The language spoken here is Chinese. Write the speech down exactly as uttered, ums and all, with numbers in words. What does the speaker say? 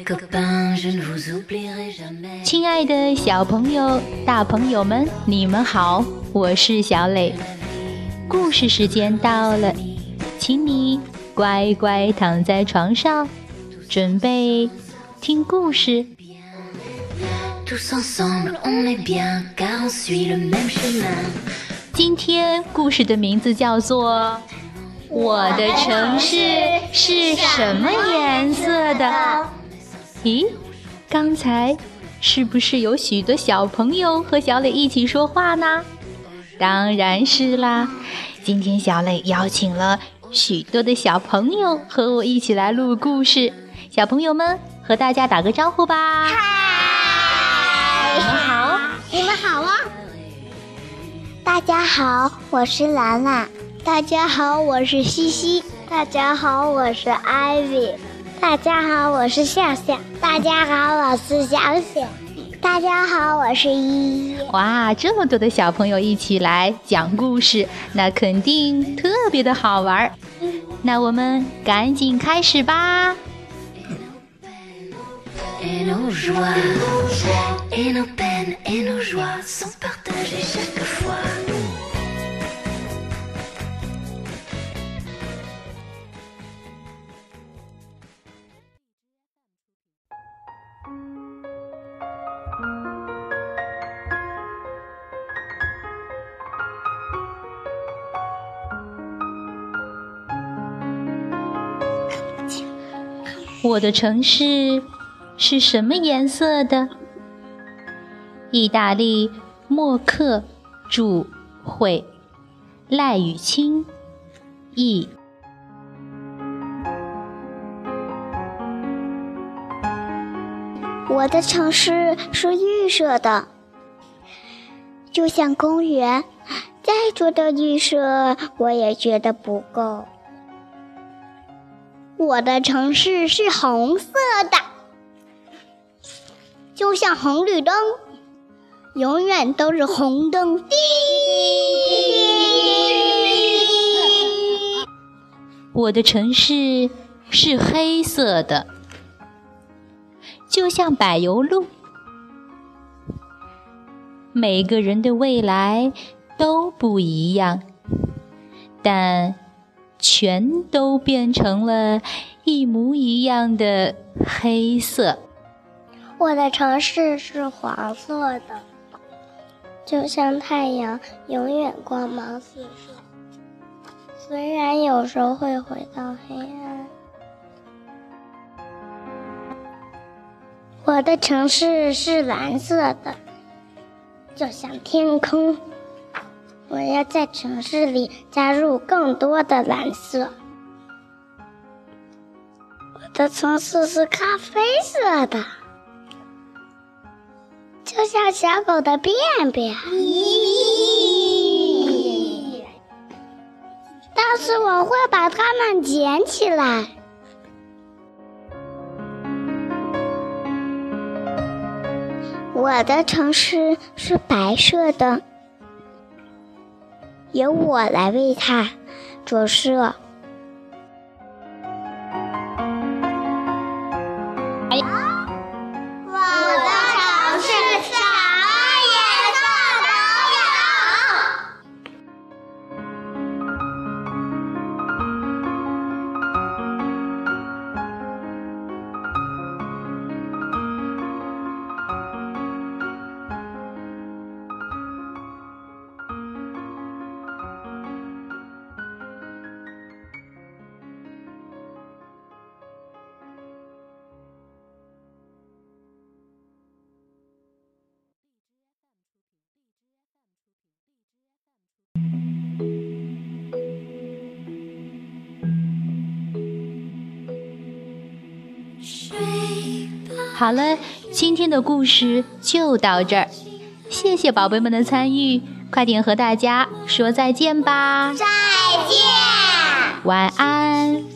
亲爱的小朋友、大朋友们，你们好，我是小磊。故事时间到了，请你乖乖躺在床上，准备听故事。今天故事的名字叫做《我的城市是什么颜色的》。咦，刚才是不是有许多小朋友和小磊一起说话呢？当然是啦，今天小磊邀请了许多的小朋友和我一起来录故事。小朋友们，和大家打个招呼吧。 嗨， 你们好。 你们好啊！大家好，我是兰兰。大家好，我是西西。大家好，我是 Ivy。大家好，我是笑笑。大家好，我是小雪。大家好，我是依依。 哇，这么多的小朋友一起来讲故事，那肯定特别的好玩。那我们赶紧开始吧。Et nos joies, et nos peines, et nos joies sont partagées chaque fois. 我的城市是什么颜色的？意大利默克著，绘，赖雨清译。 我的城市是绿色的，就像公园，再多的绿色我也觉得不够。我的城市是红色的，就像红绿灯，永远都是红灯。滴！ 我的城市是黑色的，就像柏油路，每个人的未来都不一样，但全都变成了一模一样的黑色。 我的城市是黄色的，就像太阳永远光芒四射，虽然有时候会回到黑暗。我的城市是蓝色的，就像天空，我要在城市里加入更多的蓝色。我的城市是咖啡色的，就像小狗的便便。但是我会把它们捡起来。我的城市是白色的，由我来为它着色。哎呀，我的城市什么颜色都有。 好了，今天的故事就到这儿，谢谢宝贝们的参与，快点和大家说再见吧。 再见， 晚安。